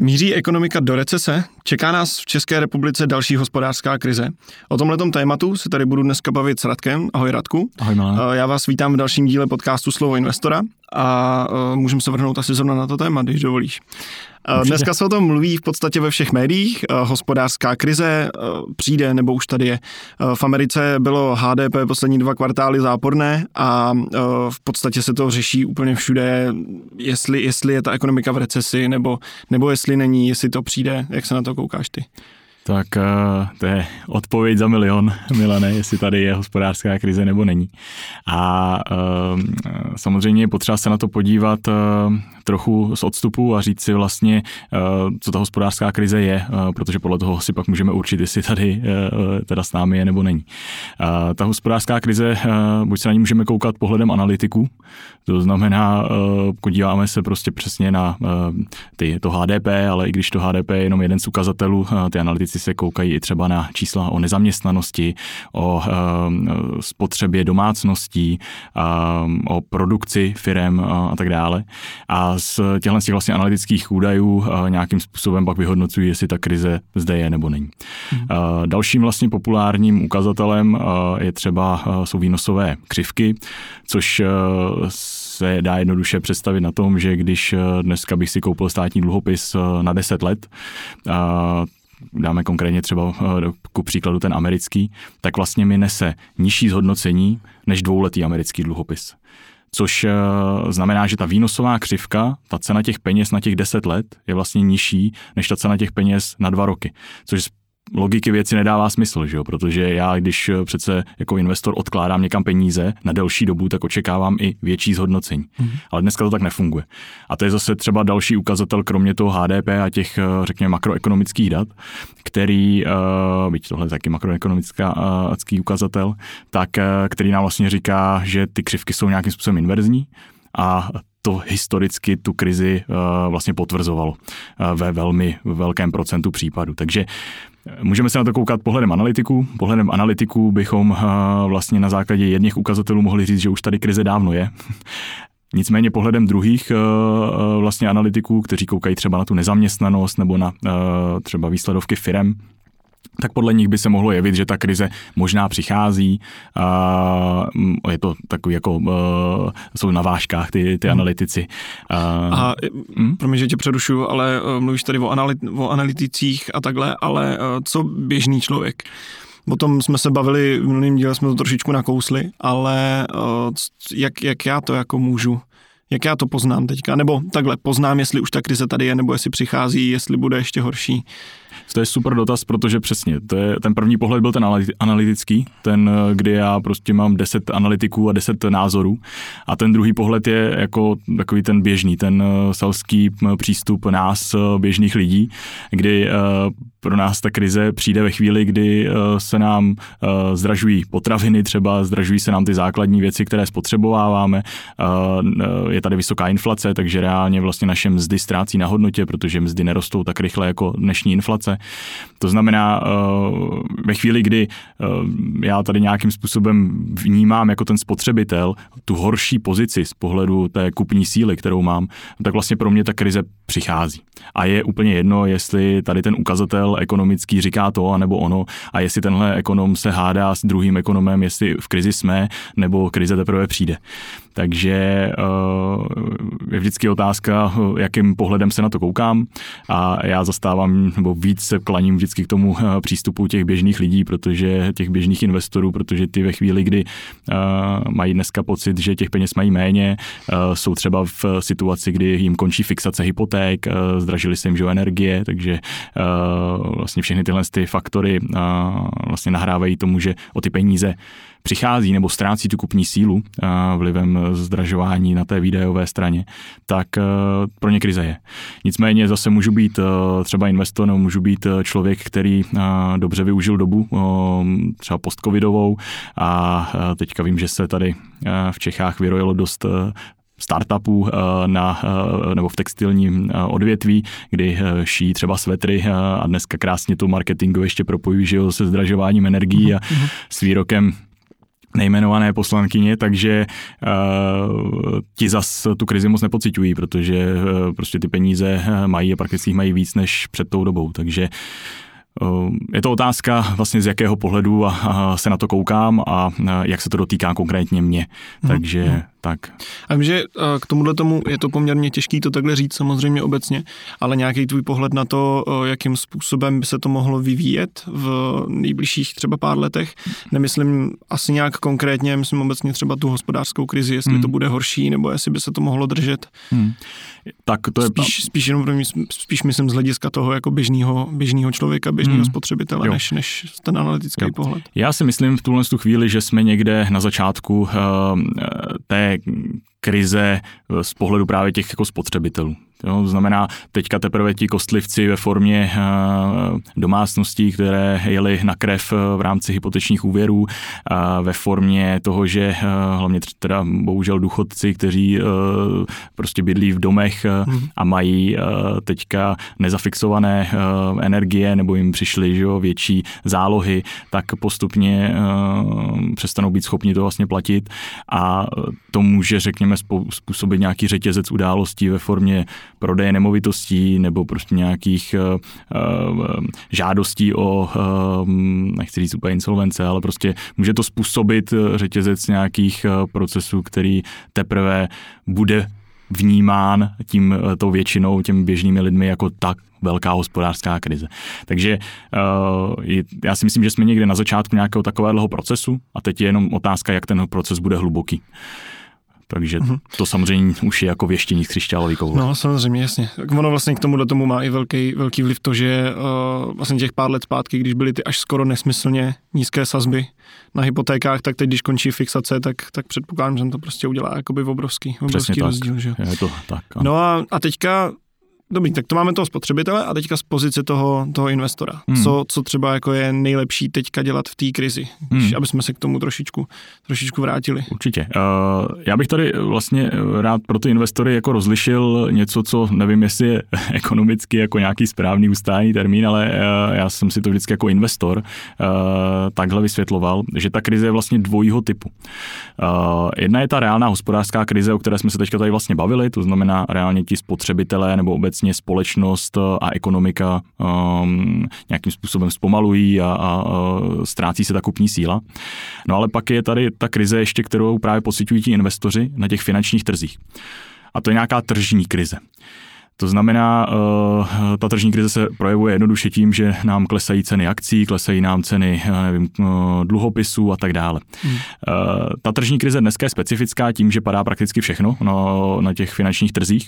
Míří ekonomika do recese? Čeká nás v České republice další hospodářská krize? O tomhletom tématu se tady budu dneska bavit s Radkem. Ahoj Radku. Ahoj Milan. Já vás vítám v dalším díle podcastu Slovo investora a můžeme se vrhnout asi zrovna na to téma, když dovolíš. Dneska se o tom mluví v podstatě ve všech médiích. Hospodářská krize přijde nebo už tady je. V Americe bylo HDP poslední 2 kvartály záporné a v podstatě se to řeší úplně všude, jestli je ta ekonomika v recesi nebo jestli není, jestli to přijde. Jak se na to koukáš ty? Tak to je odpověď za milion, Milane, jestli tady je hospodářská krize nebo není. A samozřejmě je potřeba se na to podívat trochu z odstupu a říct si vlastně, co ta hospodářská krize je, protože podle toho si pak můžeme určit, jestli tady teda s námi je nebo není. Ta hospodářská krize, buď se na ní můžeme koukat pohledem analytiků, to znamená, podíváme se prostě přesně na to HDP, ale i když to HDP je jenom jeden z ukazatelů, ty analytici se koukají i třeba na čísla o nezaměstnanosti, o spotřebě domácností, o produkci firem a tak dále. A z těchto vlastně analytických údajů nějakým způsobem pak vyhodnocují, jestli ta krize zde je nebo není. Dalším vlastně populárním ukazatelem jsou výnosové křivky, což se dá jednoduše představit na tom, že když dneska bych si koupil státní dluhopis na 10 let, dáme konkrétně třeba ku příkladu ten americký, tak vlastně mi nese nižší zhodnocení než 2letý americký dluhopis. Což znamená, že ta výnosová křivka, ta cena těch peněz na těch 10 let je vlastně nižší než ta cena těch peněz na 2 roky. Což logiky věci nedává smysl, že jo? Protože já, když přece jako investor odkládám někam peníze na delší dobu, tak očekávám i větší zhodnocení. Ale dneska to tak nefunguje. A to je zase třeba další ukazatel, kromě toho HDP a těch, řekněme, makroekonomických dat, který, byť tohle je taky makroekonomický ukazatel, tak který nám vlastně říká, že ty křivky jsou nějakým způsobem inverzní a to historicky tu krizi vlastně potvrzovalo ve velmi velkém procentu případů. Takže můžeme se na to koukat pohledem analytiků. Pohledem analytiků bychom vlastně na základě jedných ukazatelů mohli říct, že už tady krize dávno je. Nicméně pohledem druhých vlastně analytiků, kteří koukají třeba na tu nezaměstnanost nebo na třeba výsledovky firem, tak podle nich by se mohlo jevit, že ta krize možná přichází. Je to takový jako, jsou na vážkách ty analytici. Promiň, že tě přerušuju, ale mluvíš tady o analyticích a takhle, ale co běžný člověk? O tom jsme se bavili, v minulém díle jsme to trošičku nakousli, ale jak já to jako můžu? Jak já to poznám teďka? Nebo takhle, poznám, jestli už ta krize tady je, nebo jestli přichází, jestli bude ještě horší. To je super dotaz, protože přesně, ten první pohled byl ten analytický, ten, kdy já prostě mám 10 analytiků a 10 názorů, a ten druhý pohled je jako takový ten běžný, ten selský přístup nás, běžných lidí, kdy pro nás ta krize přijde ve chvíli, kdy se nám zdražují potraviny, třeba zdražují se nám ty základní věci, které spotřebováváme, je tady vysoká inflace, takže reálně vlastně naše mzdy ztrácí na hodnotě, protože mzdy nerostou tak rychle jako dnešní inflace. To znamená, ve chvíli, kdy já tady nějakým způsobem vnímám jako ten spotřebitel tu horší pozici z pohledu té kupní síly, kterou mám, tak vlastně pro mě ta krize přichází. A je úplně jedno, jestli tady ten ukazatel ekonomický říká to, anebo ono, a jestli tenhle ekonom se hádá s druhým ekonomem, jestli v krizi jsme, nebo krize teprve přijde. Takže je vždycky otázka, jakým pohledem se na to koukám, a já zastávám, nebo víc se klaním vždycky k tomu přístupu těch běžných lidí, těch běžných investorů, protože ty ve chvíli, kdy mají dneska pocit, že těch peněz mají méně, jsou třeba v situaci, kdy jim končí fixace hypoték, zdražily se jim energie, takže vlastně všechny tyhle ty faktory vlastně nahrávají tomu, že o ty peníze přichází nebo ztrácí tu kupní sílu vlivem zdražování na té výdajové straně, tak pro ně krize je. Nicméně zase můžu být třeba investor, nebo můžu být člověk, který dobře využil dobu, třeba postcovidovou, a teďka vím, že se tady v Čechách vyrojilo dost startupů nebo v textilním odvětví, kdy šijí třeba svetry, a dneska krásně to marketingově ještě propojují, že jo, se zdražováním energií a s výrokem nejmenované poslankyně, takže ti zas tu krizi moc nepociťují, protože prostě ty peníze mají a prakticky mají víc než před tou dobou, takže je to otázka vlastně z jakého pohledu a se na to koukám a jak se to dotýká konkrétně mě, takže tak. A vím, že k tomuhle tomu je to poměrně těžký to takhle říct samozřejmě obecně, ale nějaký tvůj pohled na to, jakým způsobem by se to mohlo vyvíjet v nejbližších třeba pár letech, nemyslím asi nějak konkrétně, myslím obecně třeba tu hospodářskou krizi, jestli to bude horší, nebo jestli by se to mohlo držet. Tak to je spíš myslím z hlediska toho jako běžného člověka, běžného spotřebitele, než ten analytický pohled. Já si myslím v tuhle chvíli, že jsme někde na začátku té krize z pohledu právě těch jako spotřebitelů. Jo, to znamená, teďka teprve ti kostlivci ve formě domácností, které jeli na krev v rámci hypotečních úvěrů, ve formě toho, že hlavně teda bohužel důchodci, kteří prostě bydlí v domech a mají teďka nezafixované energie nebo jim přišly, že jo, větší zálohy, tak postupně přestanou být schopni to vlastně platit a to může, řekněme, způsobit nějaký řetězec událostí ve formě prodeje nemovitostí nebo prostě nějakých žádostí o, nechci říct úplně insolvence, ale prostě může to způsobit řetězec nějakých procesů, který teprve bude vnímán tou většinou, těmi běžnými lidmi jako tak velká hospodářská krize. Takže já si myslím, že jsme někde na začátku nějakého takového procesu a teď je jenom otázka, jak ten proces bude hluboký. Takže to samozřejmě už je jako věštění z křišťálový koule. No samozřejmě, jasně. Ono vlastně k tomu má i velký vliv to, že vlastně těch pár let zpátky, když byly ty až skoro nesmyslně nízké sazby na hypotékách, tak teď, když končí fixace, tak předpokládám, že to prostě udělá jakoby obrovský rozdíl. Že? Je to tak. No a teďka dobrý, tak to máme toho spotřebitele a teďka z pozice toho investora. Co třeba jako je nejlepší teďka dělat v té krizi, aby jsme se k tomu trošičku vrátili. Určitě. Já bych tady vlastně rád pro ty investory jako rozlišil něco, co nevím, jestli je ekonomicky jako nějaký správný ustálý termín, ale já jsem si to vždycky jako investor takhle vysvětloval, že ta krize je vlastně dvojího typu. Jedna je ta reálná hospodářská krize, o které jsme se teďka tady vlastně bavili, to znamená reálně ti spotřebitelé nebo obecně společnost a ekonomika nějakým způsobem zpomalují a ztrácí se ta kupní síla. No ale pak je tady ta krize ještě, kterou právě pociťují ti investoři na těch finančních trzích. A to je nějaká tržní krize. To znamená, ta tržní krize se projevuje jednoduše tím, že nám klesají ceny akcí, klesají nám ceny dluhopisů a tak dále. Ta tržní krize dneska je specifická tím, že padá prakticky všechno na těch finančních trzích.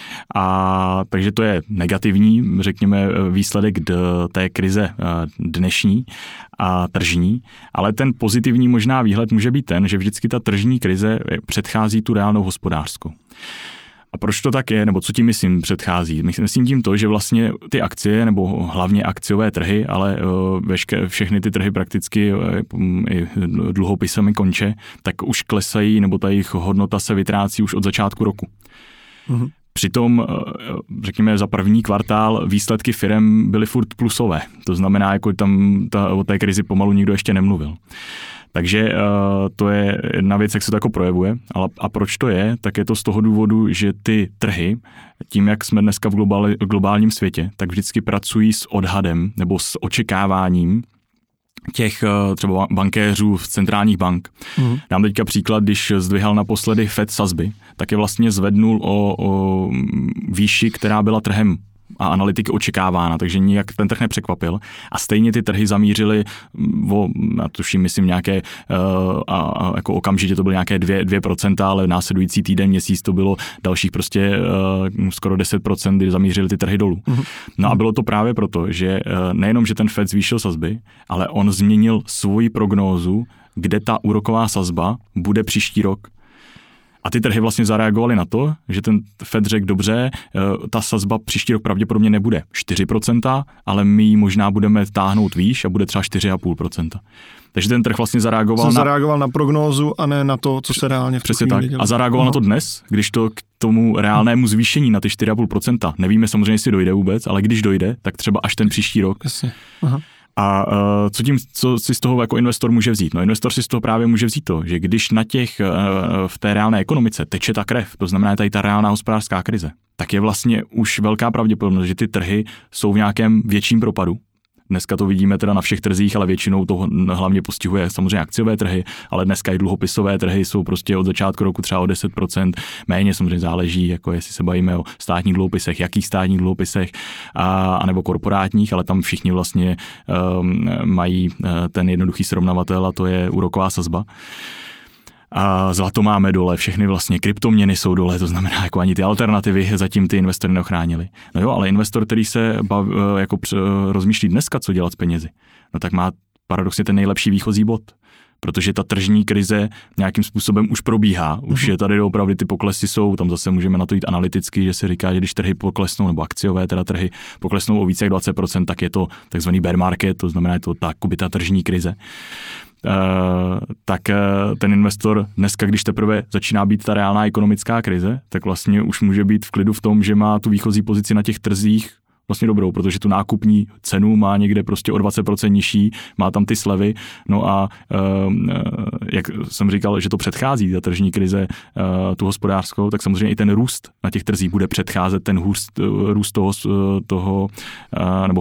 A takže to je negativní, řekněme, výsledek té krize dnešní a tržní, ale ten pozitivní možná výhled může být ten, že vždycky ta tržní krize předchází tu reálnou hospodářskou. A proč to tak je, nebo co tím myslím předchází? Myslím tím to, že vlastně ty akcie, nebo hlavně akciové trhy, ale všechny ty trhy prakticky i dluhopisami konče, tak už klesají, nebo ta jejich hodnota se vytrácí už od začátku roku. Přitom, řekněme, za první kvartál výsledky firem byly furt plusové. To znamená, jako tam o té krizi pomalu nikdo ještě nemluvil. Takže to je jedna věc, jak se to jako projevuje. A proč to je? Tak je to z toho důvodu, že ty trhy, tím, jak jsme dneska v globálním světě, tak vždycky pracují s odhadem nebo s očekáváním těch třeba bankéřů z centrálních bank. Dám teďka příklad, když zdvihal naposledy Fed sazby, tak je vlastně zvednul o výši, která byla trhem a analytiky očekávána, takže nijak ten trh nepřekvapil. A stejně ty trhy zamířily já tuším, myslím, nějaké, jako okamžitě to bylo nějaké 2%, ale následující týden, měsíc to bylo dalších prostě skoro 10%, kdy zamířily ty trhy dolů. No a bylo to právě proto, že nejenom, že ten Fed zvýšil sazby, ale on změnil svoji prognózu, kde ta úroková sazba bude příští rok. A ty trhy vlastně zareagovaly na to, že ten Fed řekl, dobře, ta sazba příští rok pravděpodobně nebude 4%, ale my ji možná budeme táhnout výš a bude třeba 4,5%. Takže ten trh vlastně zareagoval na prognózu a ne na to, co se reálně v tu chvíli dělo. A zareagoval na to dnes, když to k tomu reálnému zvýšení na ty 4,5%, nevíme samozřejmě, jestli dojde vůbec, ale když dojde, tak třeba až ten příští rok. Jasně. A co si z toho jako investor může vzít? No investor si z toho právě může vzít to, že když v té reálné ekonomice teče ta krev, to znamená tady ta reálná hospodářská krize, tak je vlastně už velká pravděpodobnost, že ty trhy jsou v nějakém větším propadu. Dneska to vidíme teda na všech trzích, ale většinou to hlavně postihuje samozřejmě akciové trhy, ale dneska i dluhopisové trhy jsou prostě od začátku roku třeba o 10% méně, samozřejmě záleží, jako jestli se bavíme o státních dluhopisech, jakých státních dluhopisech, anebo korporátních, ale tam všichni vlastně mají ten jednoduchý srovnavatel a to je úroková sazba. A zlato máme dole, všechny vlastně kryptoměny jsou dole, to znamená, jako ani ty alternativy zatím ty investory neochránili. No jo, ale investor, který se rozmýšlí dneska, co dělat s penězi, no tak má paradoxně ten nejlepší výchozí bod, protože ta tržní krize nějakým způsobem už probíhá, už je tady opravdu ty poklesy jsou, tam zase můžeme na to jít analyticky, že se říká, že když trhy poklesnou, nebo akciové teda trhy poklesnou o více jak 20%, tak je to takzvaný bear market, to znamená, je to ta tržní krize. Tak ten investor dneska, když teprve začíná být ta reálná ekonomická krize, tak vlastně už může být v klidu v tom, že má tu výchozí pozici na těch trzích vlastně dobrou, protože tu nákupní cenu má někde prostě o 20% nižší, má tam ty slevy, no a jak jsem říkal, že to předchází ta tržní krize tu hospodářskou, tak samozřejmě i ten růst na těch trzích bude předcházet ten růst toho nebo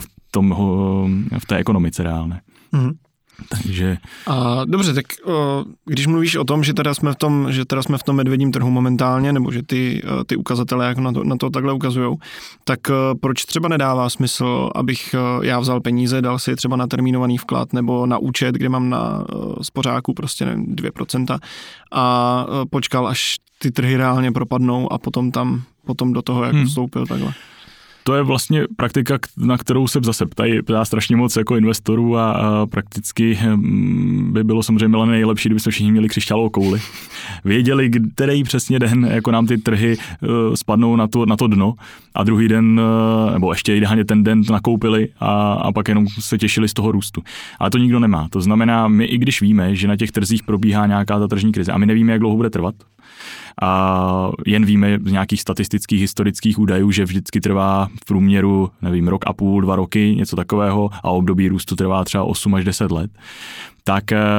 v té ekonomice reálné. Mm-hmm. Takže... Dobře, tak když mluvíš o tom, že teda jsme v tom medvědím trhu momentálně, nebo že ty ukazatele jak na to takhle ukazujou, tak proč třeba nedává smysl, abych já vzal peníze, dal si třeba na termínovaný vklad nebo na účet, kde mám na spořáku prostě nevím, 2% a počkal, až ty trhy reálně propadnou a potom do toho jak vstoupil takhle. To je vlastně praktika, na kterou se zase ptá strašně moc jako investorů a prakticky by bylo samozřejmě nejlepší, kdybychom všichni měli křišťálovou kouli. Věděli, který přesně den jako nám ty trhy spadnou na to dno a druhý den, nebo ještě ideálně ten den nakoupili a pak jenom se těšili z toho růstu. Ale to nikdo nemá. To znamená, my i když víme, že na těch trzích probíhá nějaká ta tržní krize a my nevíme, jak dlouho bude trvat, a jen víme z nějakých statistických historických údajů, že vždycky trvá v průměru, nevím, rok a půl, 2 roky, něco takového a období růstu trvá třeba 8 až 10 let. Tak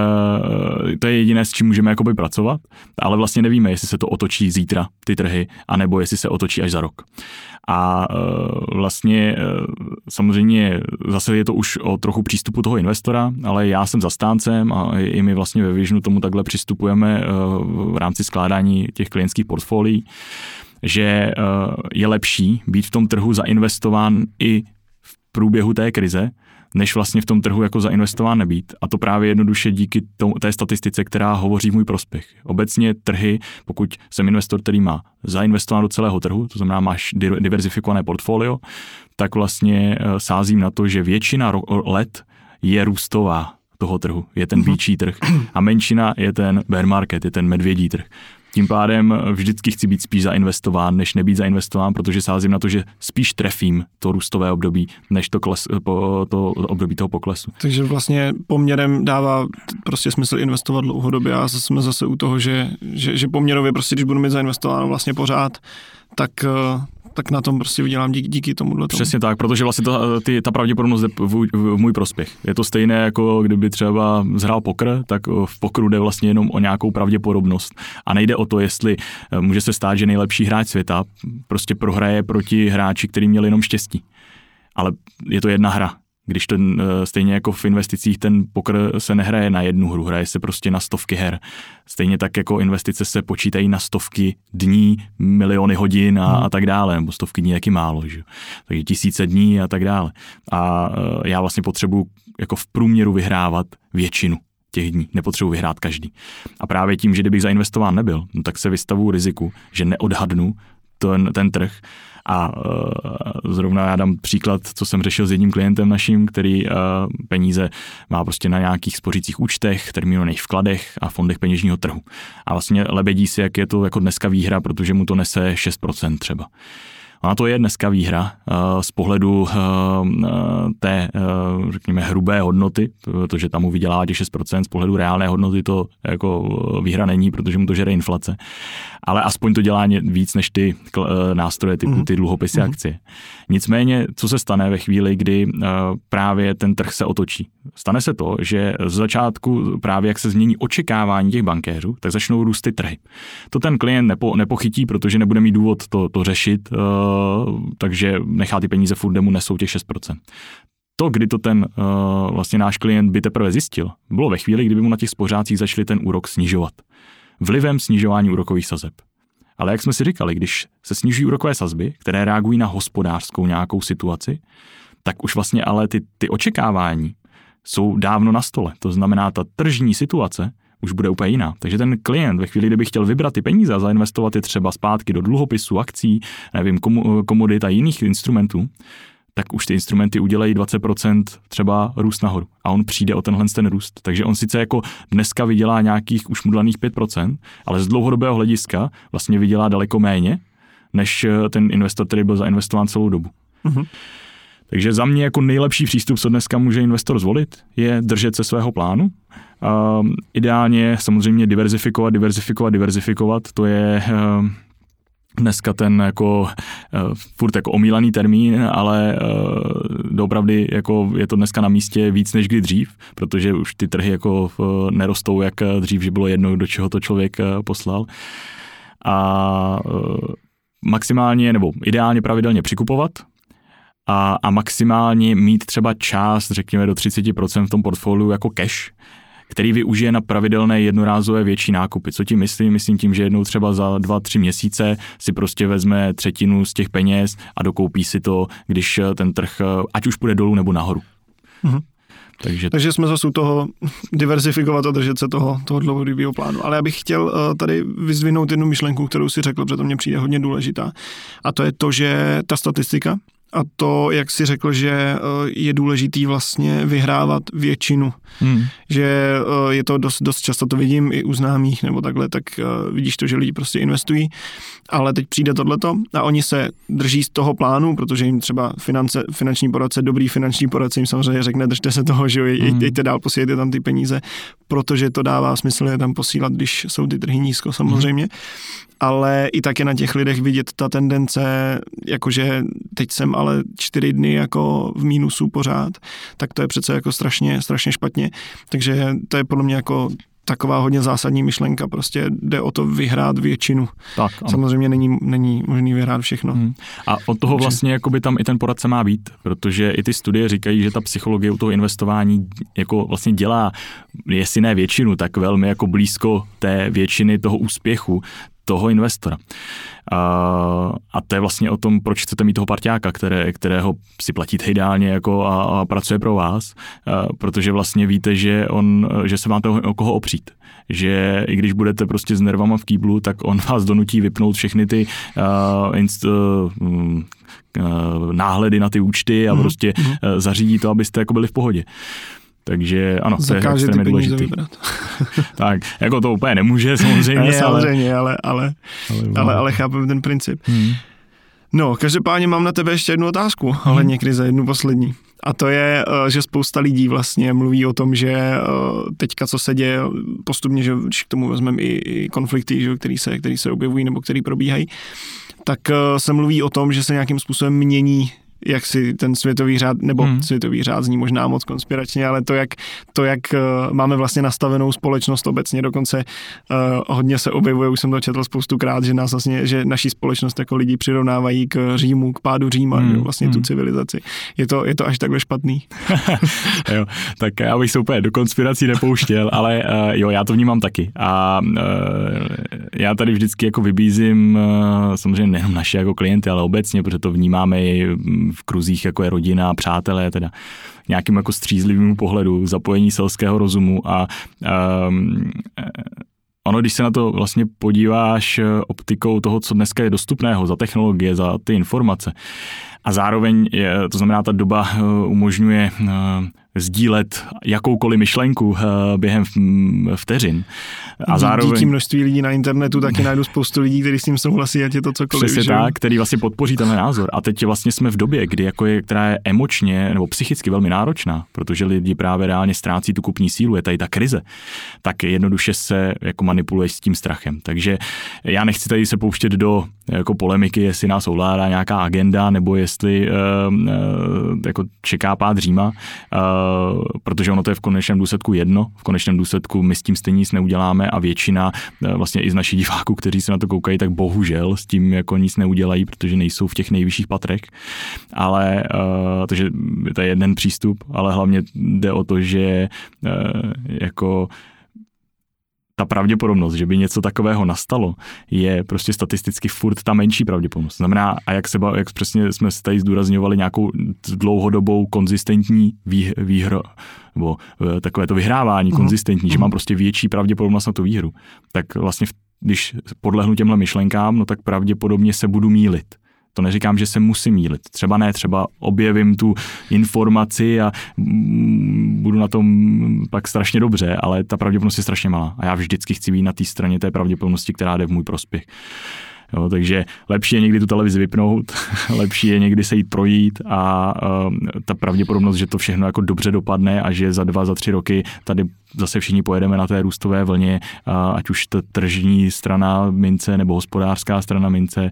to je jediné, s čím můžeme jakoby pracovat, ale vlastně nevíme, jestli se to otočí zítra, ty trhy, anebo jestli se otočí až za rok. A vlastně samozřejmě zase je to už o trochu přístupu toho investora, ale já jsem zastáncem a i my vlastně ve Visionu tomu takhle přistupujeme v rámci skládání těch klientských portfolií, že je lepší být v tom trhu zainvestován i v průběhu té krize, než vlastně v tom trhu jako zainvestován nebýt. A to právě jednoduše díky té statistice, která hovoří v můj prospěch. Obecně trhy, pokud jsem investor, který má zainvestován do celého trhu, to znamená máš diverzifikované portfolio, tak vlastně sázím na to, že většina let je růstová toho trhu, je ten býčí trh a menšina je ten bear market, je ten medvědí trh. Tím pádem vždycky chci být spíš zainvestován, než nebýt zainvestován, protože sázím na to, že spíš trefím to růstové období, než to období toho poklesu. Takže vlastně poměrem dává prostě smysl investovat dlouhodobě a jsme zase u toho, že poměrově prostě, když budu mít zainvestováno vlastně pořád, tak na tom prostě vydělám díky tomuhle. Přesně tak, protože vlastně ta pravděpodobnost je v můj prospěch. Je to stejné, jako kdyby třeba zhrál pokr, tak v pokru jde vlastně jenom o nějakou pravděpodobnost. A nejde o to, jestli může se stát, že nejlepší hráč světa prostě prohraje proti hráči, který měl jenom štěstí. Ale je to jedna hra. Když to stejně jako v investicích ten poker se nehraje na jednu hru, hraje se prostě na stovky her. Stejně tak jako investice se počítají na stovky dní, miliony hodin a tak dále, nebo stovky dní taky málo, že? Takže 1000 dní a tak dále. A já vlastně potřebuji jako v průměru vyhrávat většinu těch dní, nepotřebuji vyhrát každý. A právě tím, že kdybych zainvestován nebyl, no tak se vystavuji riziku, že neodhadnu ten trh. A zrovna já dám příklad, co jsem řešil s jedním klientem naším, který peníze má prostě na nějakých spořících účtech, termínovaných vkladech a fondech peněžního trhu. A vlastně lebedí si, jak je to jako dneska výhra, protože mu to nese 6% třeba. Ona to je dneska výhra z pohledu té, řekněme, hrubé hodnoty, protože tam mu vydělává těch 6%, z pohledu reálné hodnoty to jako výhra není, protože mu to žere inflace. Ale aspoň to dělá víc než ty nástroje typu ty dluhopisy akcie. Nicméně, co se stane ve chvíli, kdy právě ten trh se otočí? Stane se to, že z začátku právě jak se změní očekávání těch bankéřů, tak začnou růst ty trhy. To ten klient nepochytí, protože nebude mít důvod to řešit, takže nechá ty peníze furt, kde mu nesou těch 6%. To, kdy to ten vlastně náš klient by teprve zjistil, bylo ve chvíli, kdyby mu na těch spořádcích začali ten úrok snižovat. Vlivem snižování úrokových sazeb. Ale jak jsme si říkali, když se snižují úrokové sazby, které reagují na hospodářskou nějakou situaci, tak už vlastně ale ty očekávání jsou dávno na stole. To znamená, ta tržní situace už bude úplně jiná. Takže ten klient ve chvíli, kdyby chtěl vybrat ty peníze a zainvestovat je třeba zpátky do dluhopisů, akcí, nevím, komodit a jiných instrumentů, tak už ty instrumenty udělají 20% třeba růst nahoru. A on přijde o ten růst. Takže on sice jako dneska vydělá nějakých už mudlaných 5%, ale z dlouhodobého hlediska vlastně vydělá daleko méně, než ten investor, který byl zainvestován celou dobu. Mm-hmm. Takže za mě jako nejlepší přístup, co dneska může investor zvolit, je držet se svého plánu. Ideálně samozřejmě diverzifikovat, to je dneska ten jako furt jako omílaný termín, ale doopravdy jako je to dneska na místě víc než kdy dřív, protože už ty trhy jako nerostou jak dřív, že bylo jedno, do čeho to člověk poslal. A maximálně nebo ideálně pravidelně přikupovat a maximálně mít třeba část, řekněme do 30% v tom portfoliu jako cash, který využije na pravidelné jednorázové větší nákupy. Co tím myslím? Myslím tím, že jednou třeba za 2-3 měsíce si prostě vezme třetinu z těch peněz a dokoupí si to, když ten trh, ať už půjde dolů nebo nahoru. Mhm. Takže jsme zase u toho diverzifikovat a držet se toho dlouhodobého plánu. Ale já bych chtěl tady vyzdvihnout jednu myšlenku, kterou si řekl, protože to mně přijde hodně důležitá. A to je to, že ta statistika a to, jak jsi řekl, že je důležitý vlastně vyhrávat většinu. Že je to dost často to vidím i u známých nebo takhle, tak vidíš to, že lidi prostě investují, ale teď přijde tohleto a oni se drží z toho plánu, protože jim třeba finanční poradce, dobrý finanční poradce jim samozřejmě řekne, držte se toho, že jeďte dál, posílejte tam ty peníze, protože to dává smysl je tam posílat, když jsou ty trhy nízko samozřejmě. Ale i tak je na těch lidech vidět ta tendence, jakože teď jsem ale 4 dny jako v mínusu pořád, tak to je přece jako strašně špatně. Takže to je podle mě jako taková hodně zásadní myšlenka, prostě jde o to vyhrát většinu. Tak, samozřejmě není možný vyhrát všechno. A od toho vlastně jakoby tam i ten poradce má být, protože i ty studie říkají, že ta psychologie u toho investování jako vlastně dělá, jestli ne většinu, tak velmi jako blízko té většiny toho úspěchu toho investora. A to je vlastně o tom, proč chcete mít toho parťáka, kterého si platíte ideálně jako a pracuje pro vás, protože vlastně víte, že se máte o koho opřít. Že i když budete prostě s nervama v kýblu, tak on vás donutí vypnout všechny ty náhledy na ty účty a prostě zařídí to, abyste jako byli v pohodě. Takže ano, to je extrémně důležitý. Tak, jako to úplně nemůže samozřejmě. Ale chápeme ten princip. No, každopádně mám na tebe ještě jednu otázku, ale někdy za jednu poslední. A to je, že spousta lidí vlastně mluví o tom, že teďka co se děje postupně, že když k tomu vezmeme i konflikty, že, který se objevují nebo který probíhají, tak se mluví o tom, že se nějakým způsobem mění jak si ten světový řád, nebo světový řád zní možná moc konspiračně, ale to, jak máme vlastně nastavenou společnost obecně, dokonce hodně se objevuje, už jsem to četl spoustukrát, že nás vlastně, že naší společnost jako lidi přirovnávají k Římu, k pádu Říma, vlastně tu civilizaci. Je to až takhle špatný? Jo, tak já bych se úplně do konspirací nepouštěl, ale jo, já to vnímám taky. A já tady vždycky jako vybízím samozřejmě nejenom naše jako klienty, ale obecně, protože to vnímáme i v kruzích, jako je rodina, přátelé, teda nějakým jako střízlivým pohledu, zapojení selského rozumu a ono, když se na to vlastně podíváš optikou toho, co dneska je dostupného za technologie, za ty informace a zároveň to znamená, ta doba umožňuje sdílet jakoukoliv myšlenku během vteřin. A zároveň díky množství lidí na internetu taky najdu spoustu lidí, kteří s tím souhlasí, ať je to cokoliv. Přesně tak, který vlastně podpoří ten názor. A teď vlastně jsme v době, kdy která je emočně nebo psychicky velmi náročná, protože lidi právě reálně ztrácí tu kupní sílu, je tady ta krize, tak jednoduše se jako manipuluje s tím strachem. Takže já nechci tady se pouštět do jako polemiky, jestli nás ovládá nějaká agenda, nebo jestli jako čeká pád Říma, protože ono to je v konečném důsledku jedno. V konečném důsledku my s tím stejně nic neuděláme a většina vlastně i z našich diváků, kteří se na to koukají, tak bohužel s tím jako nic neudělají, protože nejsou v těch nejvyšších patrech. Ale takže to je jeden přístup, ale hlavně jde o to, že jako ta pravděpodobnost, že by něco takového nastalo, je prostě statisticky furt ta menší pravděpodobnost. Znamená, a jak přesně jsme tady zdůrazňovali nějakou dlouhodobou konzistentní výhru, nebo takové to vyhrávání konzistentní, že mám prostě větší pravděpodobnost na tu výhru, tak vlastně když podlehnu těmhle myšlenkám, no tak pravděpodobně se budu mýlit. To neříkám, že se musím mýlit. Třeba ne, třeba objevím tu informaci a budu na tom pak strašně dobře, ale ta pravděpodobnost je strašně malá. A já vždycky chci být na té straně té pravděpodobnosti, která jde v můj prospěch. Jo, takže lepší je někdy tu televizi vypnout, lepší je někdy se jít projít a ta pravděpodobnost, že to všechno jako dobře dopadne a že za 2, za 3 roky tady zase všichni pojedeme na té růstové vlně, ať už ta tržní strana mince nebo hospodářská strana mince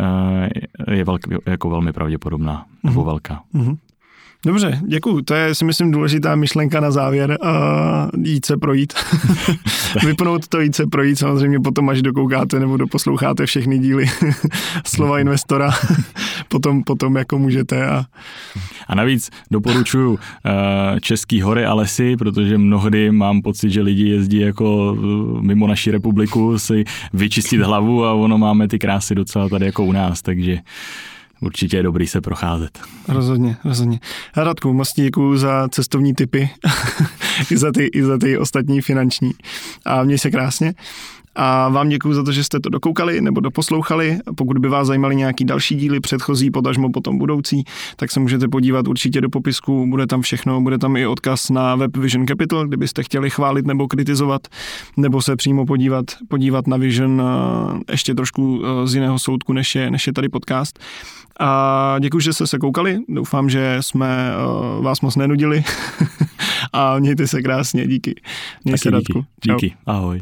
je jako velmi pravděpodobná nebo velká. Dobře, děkuju. To je, si myslím, důležitá myšlenka na závěr. Jít se projít. Vypnout to, jít se projít. Samozřejmě potom, až dokoukáte nebo doposloucháte všechny díly Slova investora, potom jako můžete. A navíc doporučuju Český hory a lesy, protože mnohdy mám pocit, že lidi jezdí jako mimo naši republiku si vyčistit hlavu a ono máme ty krásy docela tady jako u nás, takže určitě je dobrý se procházet. Rozhodně. Radku, moc děkuju za cestovní tipy i za ty ostatní finanční. A měj se krásně. A vám děkuju za to, že jste to dokoukali nebo doposlouchali. Pokud by vás zajímaly nějaký další díly, předchozí, potažmo potom budoucí, tak se můžete podívat určitě do popisku, bude tam všechno, bude tam i odkaz na web Vision Capital, kdybyste chtěli chválit nebo kritizovat, nebo se přímo podívat na Vision ještě trošku z jiného soudku, než je tady podcast. A děkuji, že jste se koukali, doufám, že jsme vás moc nenudili a mějte se krásně, díky. Měj se, Radku. Díky, ahoj.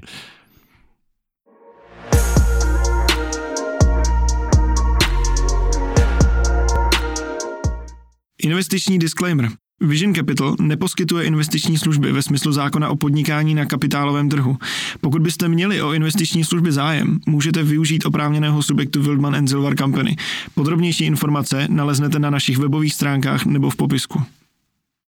Investiční disclaimer. Vision Capital neposkytuje investiční služby ve smyslu zákona o podnikání na kapitálovém trhu. Pokud byste měli o investiční služby zájem, můžete využít oprávněného subjektu Wildman & Silver Company. Podrobnější informace naleznete na našich webových stránkách nebo v popisku.